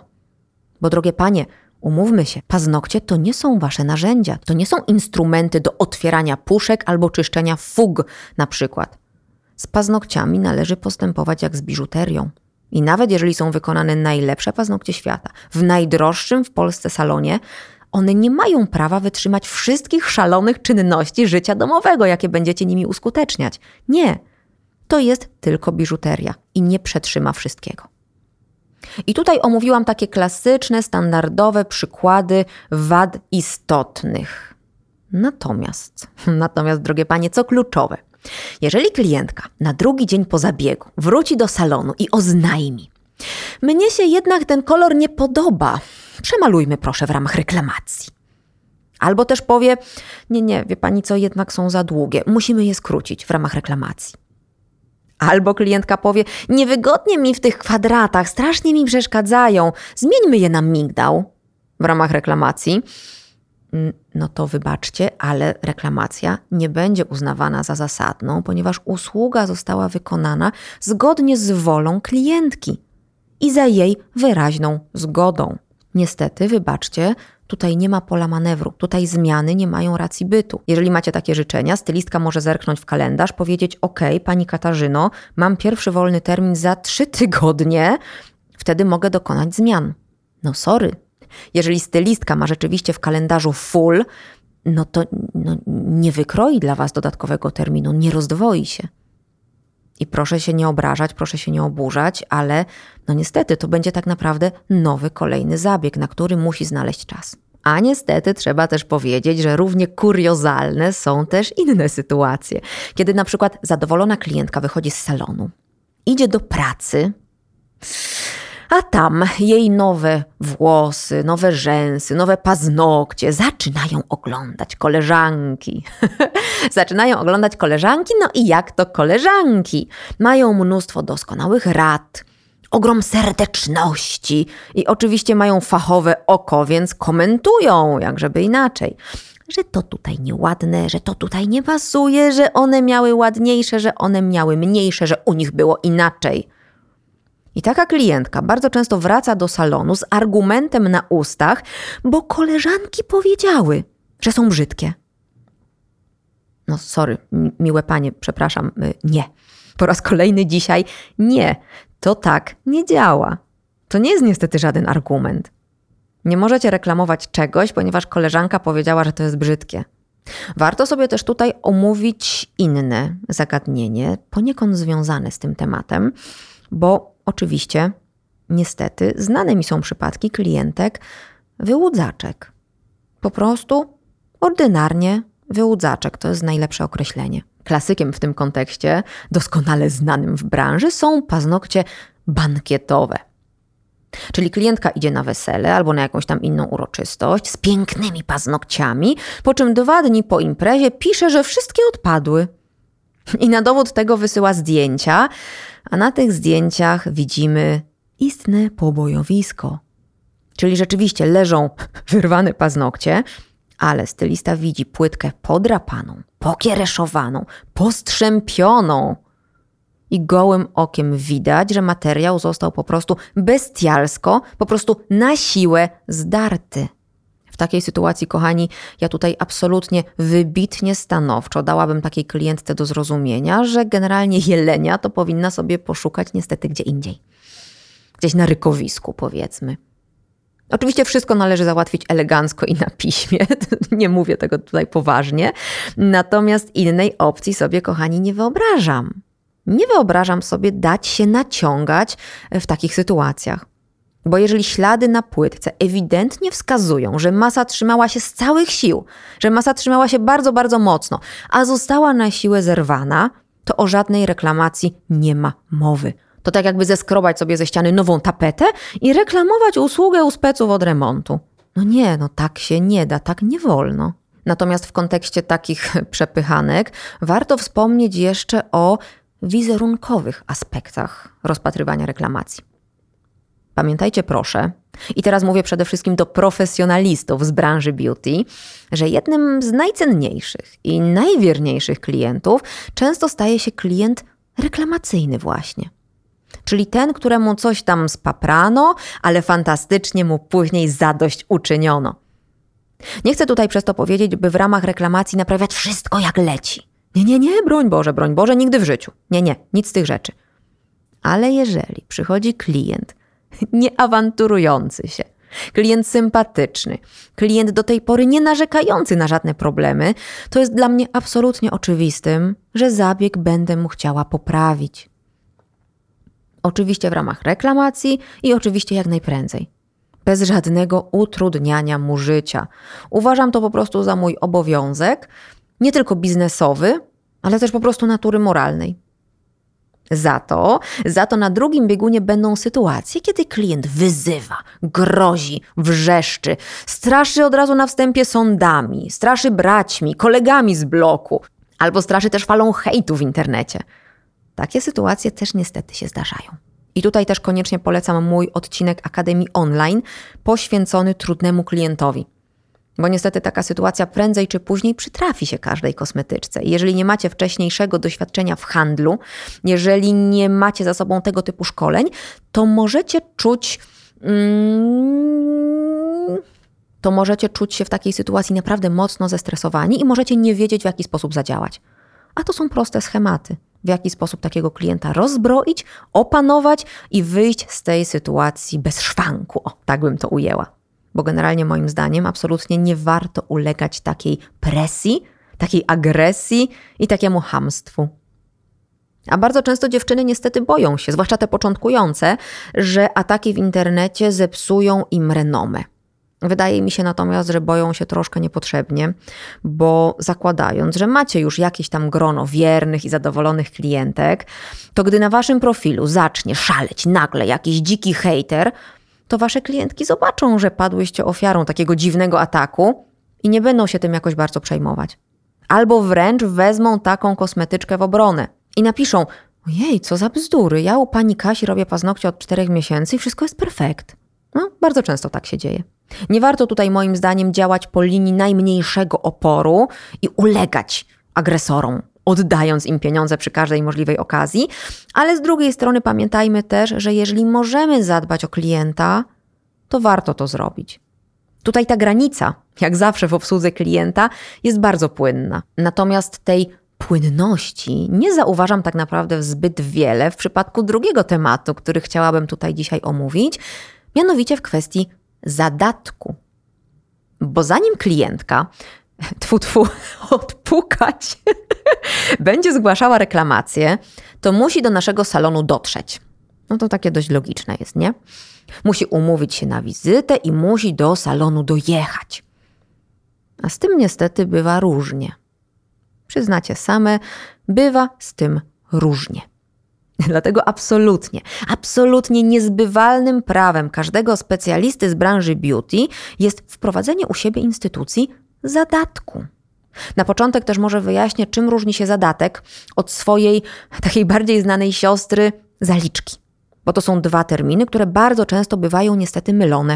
Bo drogie panie, umówmy się, paznokcie to nie są wasze narzędzia, to nie są instrumenty do otwierania puszek albo czyszczenia fug na przykład. Z paznokciami należy postępować jak z biżuterią. I nawet jeżeli są wykonane najlepsze paznokcie świata, w najdroższym w Polsce salonie, one nie mają prawa wytrzymać wszystkich szalonych czynności życia domowego, jakie będziecie nimi uskuteczniać. Nie, to jest tylko biżuteria i nie przetrzyma wszystkiego. I tutaj omówiłam takie klasyczne, standardowe przykłady wad istotnych. Natomiast, natomiast, drogie panie, co kluczowe? Jeżeli klientka na drugi dzień po zabiegu wróci do salonu i oznajmi: mnie się jednak ten kolor nie podoba, przemalujmy proszę w ramach reklamacji. Albo też powie: nie, nie, wie pani co, jednak są za długie, musimy je skrócić w ramach reklamacji. Albo klientka powie: niewygodnie mi w tych kwadratach, strasznie mi przeszkadzają, zmieńmy je na migdał w ramach reklamacji. No to wybaczcie, ale reklamacja nie będzie uznawana za zasadną, ponieważ usługa została wykonana zgodnie z wolą klientki i za jej wyraźną zgodą. Niestety, wybaczcie, tutaj nie ma pola manewru, tutaj zmiany nie mają racji bytu. Jeżeli macie takie życzenia, stylistka może zerknąć w kalendarz, powiedzieć: ok, pani Katarzyno, mam pierwszy wolny termin za trzy tygodnie, wtedy mogę dokonać zmian. No sorry. Jeżeli stylistka ma rzeczywiście w kalendarzu full, no to no, nie wykroi dla was dodatkowego terminu, nie rozdwoi się. I proszę się nie obrażać, proszę się nie oburzać, ale no niestety to będzie tak naprawdę nowy, kolejny zabieg, na który musi znaleźć czas. A niestety trzeba też powiedzieć, że równie kuriozalne są też inne sytuacje. Kiedy na przykład zadowolona klientka wychodzi z salonu, idzie do pracy, a tam jej nowe włosy, nowe rzęsy, nowe paznokcie zaczynają oglądać koleżanki. zaczynają oglądać koleżanki, no i jak to koleżanki? Mają mnóstwo doskonałych rad, ogrom serdeczności i oczywiście mają fachowe oko, więc komentują, jak żeby inaczej. Że to tutaj nieładne, że to tutaj nie pasuje, że one miały ładniejsze, że one miały mniejsze, że u nich było inaczej. I taka klientka bardzo często wraca do salonu z argumentem na ustach, bo koleżanki powiedziały, że są brzydkie. No sorry, miłe panie, przepraszam, nie. Po raz kolejny dzisiaj nie. To tak nie działa. To nie jest niestety żaden argument. Nie możecie reklamować czegoś, ponieważ koleżanka powiedziała, że to jest brzydkie. Warto sobie też tutaj omówić inne zagadnienie, poniekąd związane z tym tematem, bo oczywiście, niestety, znane mi są przypadki klientek wyłudzaczek. Po prostu ordynarnie wyłudzaczek, to jest najlepsze określenie. Klasykiem w tym kontekście, doskonale znanym w branży, są paznokcie bankietowe. Czyli klientka idzie na wesele albo na jakąś tam inną uroczystość z pięknymi paznokciami, po czym dwa dni po imprezie pisze, że wszystkie odpadły. I na dowód tego wysyła zdjęcia, a na tych zdjęciach widzimy istne pobojowisko. Czyli rzeczywiście leżą wyrwane paznokcie, ale stylista widzi płytkę podrapaną, pokiereszowaną, postrzępioną. I gołym okiem widać, że materiał został po prostu bestialsko, po prostu na siłę zdarty. W takiej sytuacji, kochani, ja tutaj absolutnie wybitnie stanowczo dałabym takiej klientce do zrozumienia, że generalnie jelenia to powinna sobie poszukać niestety gdzie indziej. Gdzieś na rykowisku, powiedzmy. Oczywiście wszystko należy załatwić elegancko i na piśmie, nie mówię tego tutaj poważnie, natomiast innej opcji sobie, kochani, nie wyobrażam. Nie wyobrażam sobie dać się naciągać w takich sytuacjach. Bo jeżeli ślady na płytce ewidentnie wskazują, że masa trzymała się z całych sił, że masa trzymała się bardzo, bardzo mocno, a została na siłę zerwana, to o żadnej reklamacji nie ma mowy. To tak jakby zeskrobać sobie ze ściany nową tapetę i reklamować usługę u speców od remontu. No nie, no tak się nie da, tak nie wolno. Natomiast w kontekście takich przepychanek warto wspomnieć jeszcze o wizerunkowych aspektach rozpatrywania reklamacji. Pamiętajcie proszę, i teraz mówię przede wszystkim do profesjonalistów z branży beauty, że jednym z najcenniejszych i najwierniejszych klientów często staje się klient reklamacyjny właśnie. Czyli ten, któremu coś tam spaprano, ale fantastycznie mu później zadość uczyniono. Nie chcę tutaj przez to powiedzieć, by w ramach reklamacji naprawiać wszystko jak leci. Nie, nie, nie, broń Boże, broń Boże, nigdy w życiu. Nie, nie, nic z tych rzeczy. Ale jeżeli przychodzi klient nieawanturujący się, klient sympatyczny, klient do tej pory nie narzekający na żadne problemy, to jest dla mnie absolutnie oczywistym, że zabieg będę mu chciała poprawić. Oczywiście w ramach reklamacji i oczywiście jak najprędzej. Bez żadnego utrudniania mu życia. Uważam to po prostu za mój obowiązek, nie tylko biznesowy, ale też po prostu natury moralnej. Za to, za to na drugim biegunie będą sytuacje, kiedy klient wyzywa, grozi, wrzeszczy, straszy od razu na wstępie sądami, straszy braćmi, kolegami z bloku, albo straszy też falą hejtu w internecie. Takie sytuacje też niestety się zdarzają. I tutaj też koniecznie polecam mój odcinek Akademii Online poświęcony trudnemu klientowi. Bo niestety taka sytuacja prędzej czy później przytrafi się każdej kosmetyczce. Jeżeli nie macie wcześniejszego doświadczenia w handlu, jeżeli nie macie za sobą tego typu szkoleń, to możecie czuć, mm, to możecie czuć się w takiej sytuacji naprawdę mocno zestresowani i możecie nie wiedzieć, w jaki sposób zadziałać. A to są proste schematy. W jaki sposób takiego klienta rozbroić, opanować i wyjść z tej sytuacji bez szwanku. O, tak bym to ujęła. Bo generalnie moim zdaniem absolutnie nie warto ulegać takiej presji, takiej agresji i takiemu chamstwu. A bardzo często dziewczyny niestety boją się, zwłaszcza te początkujące, że ataki w internecie zepsują im renomę. Wydaje mi się natomiast, że boją się troszkę niepotrzebnie, bo zakładając, że macie już jakieś tam grono wiernych i zadowolonych klientek, to gdy na waszym profilu zacznie szaleć nagle jakiś dziki hejter, to wasze klientki zobaczą, że padłyście ofiarą takiego dziwnego ataku i nie będą się tym jakoś bardzo przejmować. Albo wręcz wezmą taką kosmetyczkę w obronę i napiszą: ojej, co za bzdury, ja u pani Kasi robię paznokcie od czterech miesięcy i wszystko jest perfekt. No, bardzo często tak się dzieje. Nie warto tutaj moim zdaniem działać po linii najmniejszego oporu i ulegać agresorom, oddając im pieniądze przy każdej możliwej okazji, ale z drugiej strony pamiętajmy też, że jeżeli możemy zadbać o klienta, to warto to zrobić. Tutaj ta granica, jak zawsze w obsłudze klienta, jest bardzo płynna. Natomiast tej płynności nie zauważam tak naprawdę zbyt wiele w przypadku drugiego tematu, który chciałabym tutaj dzisiaj omówić, mianowicie w kwestii zadatku. Bo zanim klientka, tfu, tfu, odpukać, będzie zgłaszała reklamację, to musi do naszego salonu dotrzeć. No to takie dość logiczne jest, nie? Musi umówić się na wizytę i musi do salonu dojechać. A z tym niestety bywa różnie. Przyznacie same, bywa z tym różnie. Dlatego absolutnie, absolutnie niezbywalnym prawem każdego specjalisty z branży beauty jest wprowadzenie u siebie instytucji zadatku. Na początek też może wyjaśnię, czym różni się zadatek od swojej takiej bardziej znanej siostry zaliczki. Bo to są dwa terminy, które bardzo często bywają niestety mylone.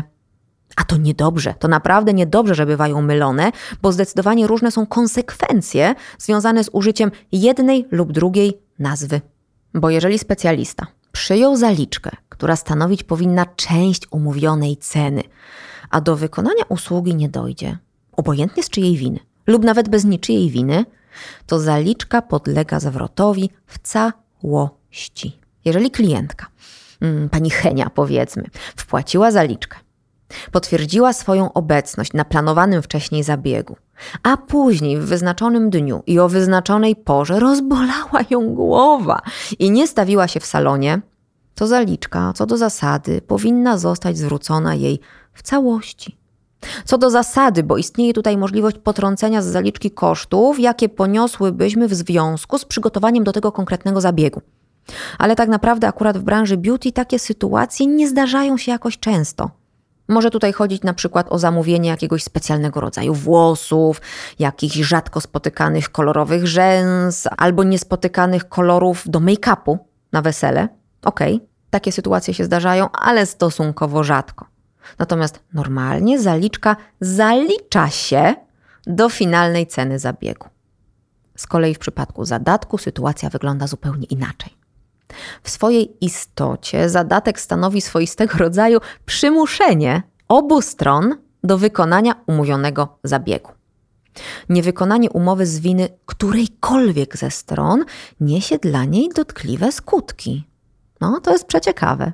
A to niedobrze, to naprawdę niedobrze, że bywają mylone, bo zdecydowanie różne są konsekwencje związane z użyciem jednej lub drugiej nazwy. Bo jeżeli specjalista przyjął zaliczkę, która stanowić powinna część umówionej ceny, a do wykonania usługi nie dojdzie, obojętnie z czyjej winy, lub nawet bez niczyjej winy, to zaliczka podlega zwrotowi w całości. Jeżeli klientka, hmm, pani Henia powiedzmy, wpłaciła zaliczkę, potwierdziła swoją obecność na planowanym wcześniej zabiegu, a później w wyznaczonym dniu i o wyznaczonej porze rozbolała ją głowa i nie stawiła się w salonie, to zaliczka, co do zasady, powinna zostać zwrócona jej w całości. Co do zasady, bo istnieje tutaj możliwość potrącenia z zaliczki kosztów, jakie poniosłybyśmy w związku z przygotowaniem do tego konkretnego zabiegu. Ale tak naprawdę akurat w branży beauty takie sytuacje nie zdarzają się jakoś często. Może tutaj chodzić na przykład o zamówienie jakiegoś specjalnego rodzaju włosów, jakichś rzadko spotykanych kolorowych rzęs albo niespotykanych kolorów do make-upu na wesele. Okej, okay, takie sytuacje się zdarzają, ale stosunkowo rzadko. Natomiast normalnie zaliczka zalicza się do finalnej ceny zabiegu. Z kolei w przypadku zadatku sytuacja wygląda zupełnie inaczej. W swojej istocie zadatek stanowi swoistego rodzaju przymuszenie obu stron do wykonania umówionego zabiegu. Niewykonanie umowy z winy którejkolwiek ze stron niesie dla niej dotkliwe skutki. No, to jest przeciekawe.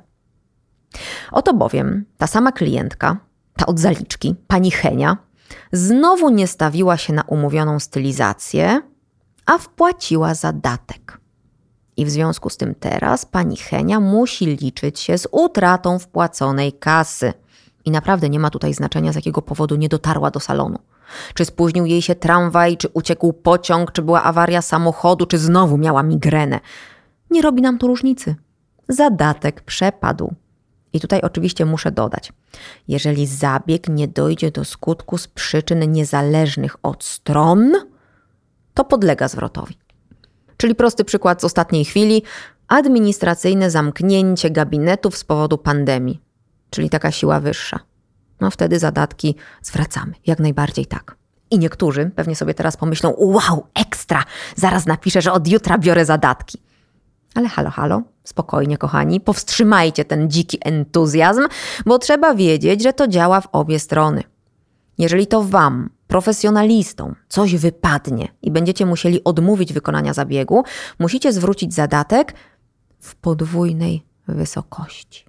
Oto bowiem ta sama klientka, ta od zaliczki, pani Henia, znowu nie stawiła się na umówioną stylizację, a wpłaciła zadatek. I w związku z tym teraz pani Henia musi liczyć się z utratą wpłaconej kasy. I naprawdę nie ma tutaj znaczenia, z jakiego powodu nie dotarła do salonu. Czy spóźnił jej się tramwaj, czy uciekł pociąg, czy była awaria samochodu, czy znowu miała migrenę. Nie robi nam to różnicy. Zadatek przepadł. I tutaj oczywiście muszę dodać, jeżeli zabieg nie dojdzie do skutku z przyczyn niezależnych od stron, to podlega zwrotowi. Czyli prosty przykład z ostatniej chwili, administracyjne zamknięcie gabinetów z powodu pandemii, czyli taka siła wyższa. No wtedy zadatki zwracamy, jak najbardziej tak. I niektórzy pewnie sobie teraz pomyślą, wow, ekstra, zaraz napiszę, że od jutra biorę zadatki. Ale halo, halo, spokojnie kochani, powstrzymajcie ten dziki entuzjazm, bo trzeba wiedzieć, że to działa w obie strony. Jeżeli to wam, profesjonalistom, coś wypadnie i będziecie musieli odmówić wykonania zabiegu, musicie zwrócić zadatek w podwójnej wysokości.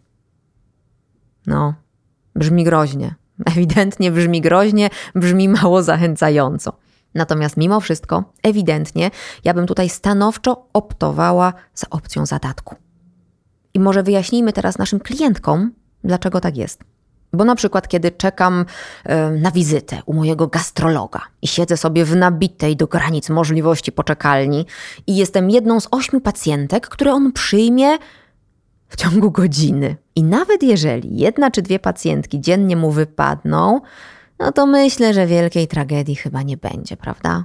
No, brzmi groźnie. Ewidentnie brzmi groźnie, brzmi mało zachęcająco. Natomiast mimo wszystko, ewidentnie, ja bym tutaj stanowczo optowała za opcją zadatku. I może wyjaśnijmy teraz naszym klientkom, dlaczego tak jest. Bo na przykład, kiedy czekam y, na wizytę u mojego gastrologa i siedzę sobie w nabitej do granic możliwości poczekalni i jestem jedną z ośmiu pacjentek, które on przyjmie w ciągu godziny. I nawet jeżeli jedna czy dwie pacjentki dziennie mu wypadną, no to myślę, że wielkiej tragedii chyba nie będzie, prawda?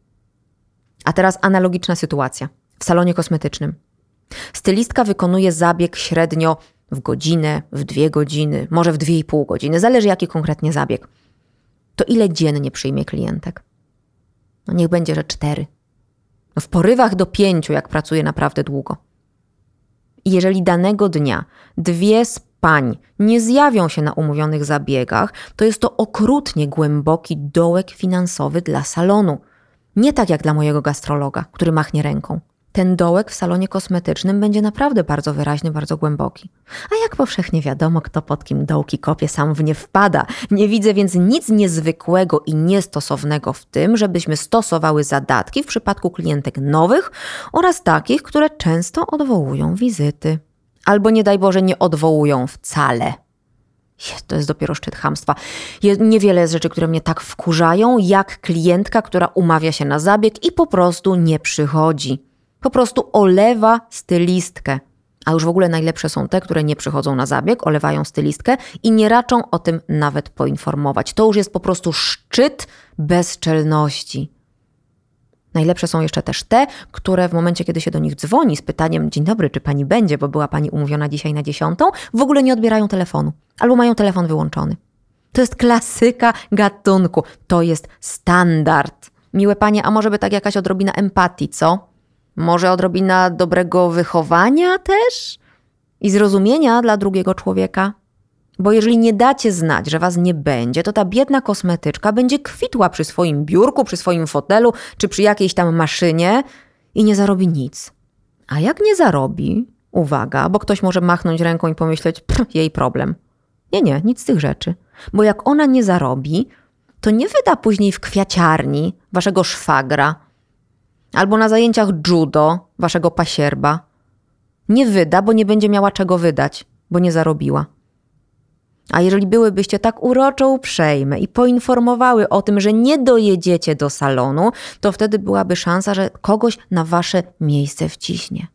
A teraz analogiczna sytuacja w salonie kosmetycznym. Stylistka wykonuje zabieg średnio w godzinę, w dwie godziny, może w dwie i pół godziny, zależy jaki konkretnie zabieg. To ile dziennie przyjmie klientek? No niech będzie, że cztery. No w porywach do pięciu, jak pracuje naprawdę długo. I jeżeli danego dnia dwie z pań nie zjawią się na umówionych zabiegach, to jest to okrutnie głęboki dołek finansowy dla salonu. Nie tak jak dla mojego gastrologa, który machnie ręką. Ten dołek w salonie kosmetycznym będzie naprawdę bardzo wyraźny, bardzo głęboki. A jak powszechnie wiadomo, kto pod kim dołki kopie, sam w nie wpada. Nie widzę więc nic niezwykłego i niestosownego w tym, żebyśmy stosowały zadatki w przypadku klientek nowych oraz takich, które często odwołują wizyty. Albo nie daj Boże nie odwołują wcale. To jest dopiero szczyt chamstwa. Niewiele jest rzeczy, które mnie tak wkurzają, jak klientka, która umawia się na zabieg i po prostu nie przychodzi. Po prostu olewa stylistkę. A już w ogóle najlepsze są te, które nie przychodzą na zabieg, olewają stylistkę i nie raczą o tym nawet poinformować. To już jest po prostu szczyt bezczelności. Najlepsze są jeszcze też te, które w momencie, kiedy się do nich dzwoni z pytaniem: dzień dobry, czy pani będzie, bo była pani umówiona dzisiaj na dziesiątą, w ogóle nie odbierają telefonu albo mają telefon wyłączony. To jest klasyka gatunku, to jest standard. Miłe panie, a może by tak jakaś odrobina empatii, co? Może odrobina dobrego wychowania też? I zrozumienia dla drugiego człowieka? Bo jeżeli nie dacie znać, że was nie będzie, to ta biedna kosmetyczka będzie kwitła przy swoim biurku, przy swoim fotelu, czy przy jakiejś tam maszynie i nie zarobi nic. A jak nie zarobi, uwaga, bo ktoś może machnąć ręką i pomyśleć: pff, jej problem. Nie, nie, nic z tych rzeczy. Bo jak ona nie zarobi, to nie wyda później w kwiaciarni waszego szwagra albo na zajęciach judo waszego pasierba. Nie wyda, bo nie będzie miała czego wydać, bo nie zarobiła. A jeżeli byłybyście tak uroczo uprzejme i poinformowały o tym, że nie dojedziecie do salonu, to wtedy byłaby szansa, że kogoś na wasze miejsce wciśnie.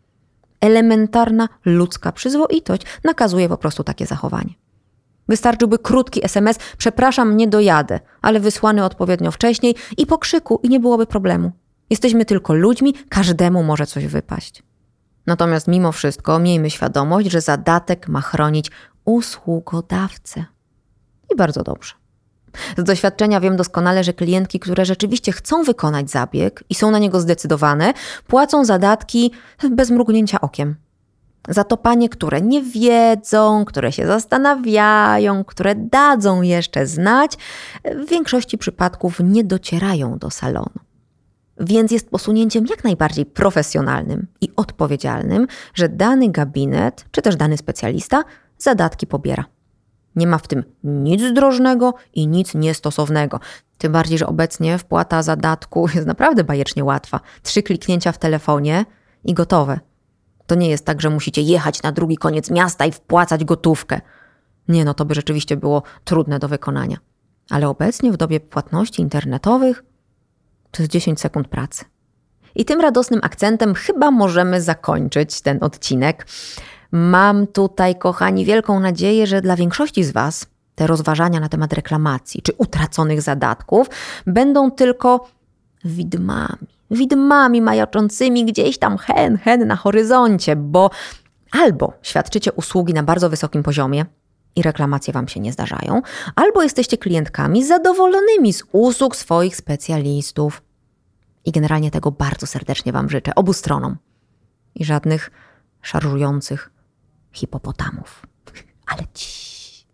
Elementarna ludzka przyzwoitość nakazuje po prostu takie zachowanie. Wystarczyłby krótki es em es: przepraszam, nie dojadę, ale wysłany odpowiednio wcześniej i po krzyku i nie byłoby problemu. Jesteśmy tylko ludźmi, każdemu może coś wypaść. Natomiast mimo wszystko miejmy świadomość, że zadatek ma chronić usługodawcę. I bardzo dobrze. Z doświadczenia wiem doskonale, że klientki, które rzeczywiście chcą wykonać zabieg i są na niego zdecydowane, płacą zadatki bez mrugnięcia okiem. Za to panie, które nie wiedzą, które się zastanawiają, które dadzą jeszcze znać, w większości przypadków nie docierają do salonu. Więc jest posunięciem jak najbardziej profesjonalnym i odpowiedzialnym, że dany gabinet, czy też dany specjalista zadatki pobiera. Nie ma w tym nic zdrożnego i nic niestosownego. Tym bardziej, że obecnie wpłata zadatku jest naprawdę bajecznie łatwa. Trzy kliknięcia w telefonie i gotowe. To nie jest tak, że musicie jechać na drugi koniec miasta i wpłacać gotówkę. Nie, no to by rzeczywiście było trudne do wykonania. Ale obecnie w dobie płatności internetowych to jest dziesięć sekund pracy. I tym radosnym akcentem chyba możemy zakończyć ten odcinek. Mam tutaj, kochani, wielką nadzieję, że dla większości z was te rozważania na temat reklamacji czy utraconych zadatków będą tylko widmami. Widmami majaczącymi gdzieś tam hen, hen na horyzoncie, bo albo świadczycie usługi na bardzo wysokim poziomie i reklamacje wam się nie zdarzają, albo jesteście klientkami zadowolonymi z usług swoich specjalistów. I generalnie tego bardzo serdecznie wam życzę, obu stronom. I żadnych szarżujących hipopotamów. Ale ci.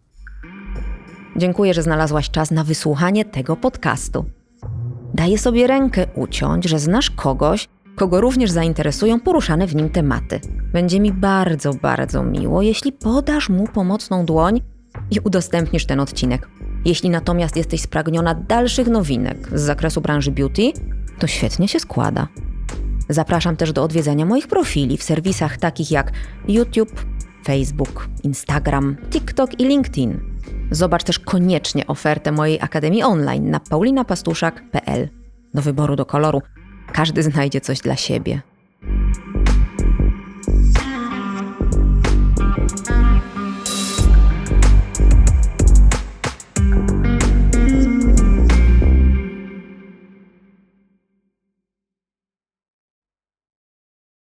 Dziękuję, że znalazłaś czas na wysłuchanie tego podcastu. Daję sobie rękę uciąć, że znasz kogoś, kogo również zainteresują poruszane w nim tematy. Będzie mi bardzo, bardzo miło, jeśli podasz mu pomocną dłoń i udostępnisz ten odcinek. Jeśli natomiast jesteś spragniona dalszych nowinek z zakresu branży beauty, to świetnie się składa. Zapraszam też do odwiedzenia moich profili w serwisach takich jak YouTube, Facebook, Instagram, TikTok i LinkedIn. Zobacz też koniecznie ofertę mojej Akademii Online na paulina pastuszak kropka p l. Do wyboru, do koloru. Każdy znajdzie coś dla siebie.